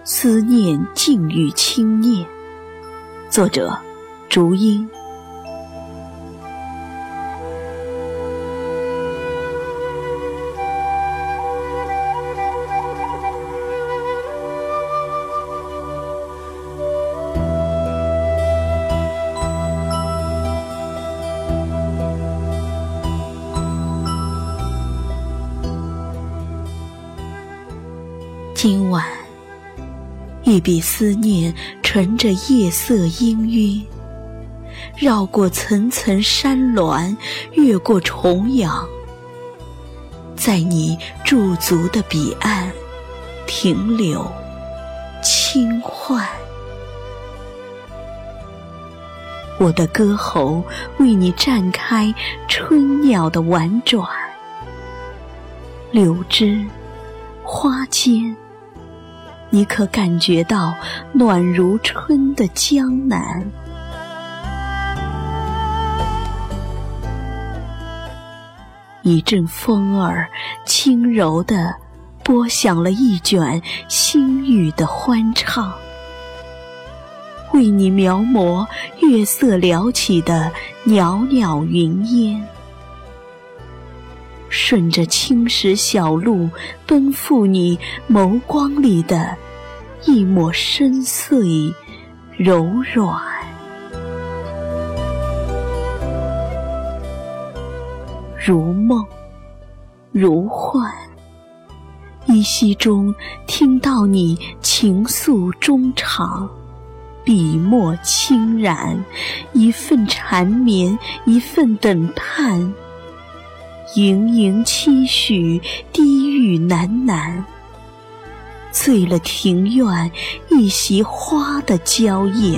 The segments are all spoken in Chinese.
思念静语轻念，作者竹音。今晚一笔思念乘着夜色氤氲，绕过层层山峦，越过重洋，在你驻足的彼岸停留轻唤。我的歌喉为你绽开春鸟的婉转，柳枝花间，你可感觉到暖如春的江南。一阵风儿轻柔地拨响了一卷心语的欢唱，为你描摹月色撩起的袅袅云烟，顺着青石小路奔赴你眸光里的一抹深邃柔软。如梦如幻，依稀中听到你情愫衷肠，笔墨轻染，一份缠绵，一份等盼，盈盈期许，低语喃喃，醉了庭院一袭花的娇艳。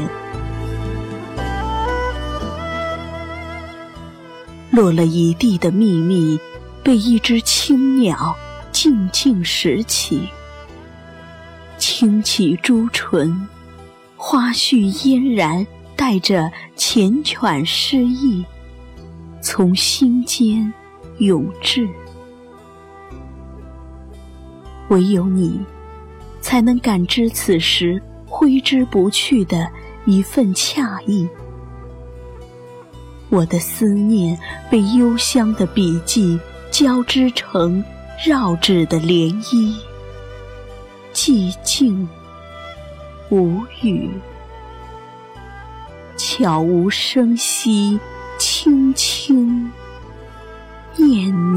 落了一地的秘密，被一只青鸟静静拾起，轻启朱唇，花絮嫣然，带着缱绻诗意，从心间涌至。唯有你才能感知此时挥之不去的一份惬意。我的思念被幽香的笔迹交织成绕指的涟漪，寂静无语，悄无声息，轻轻念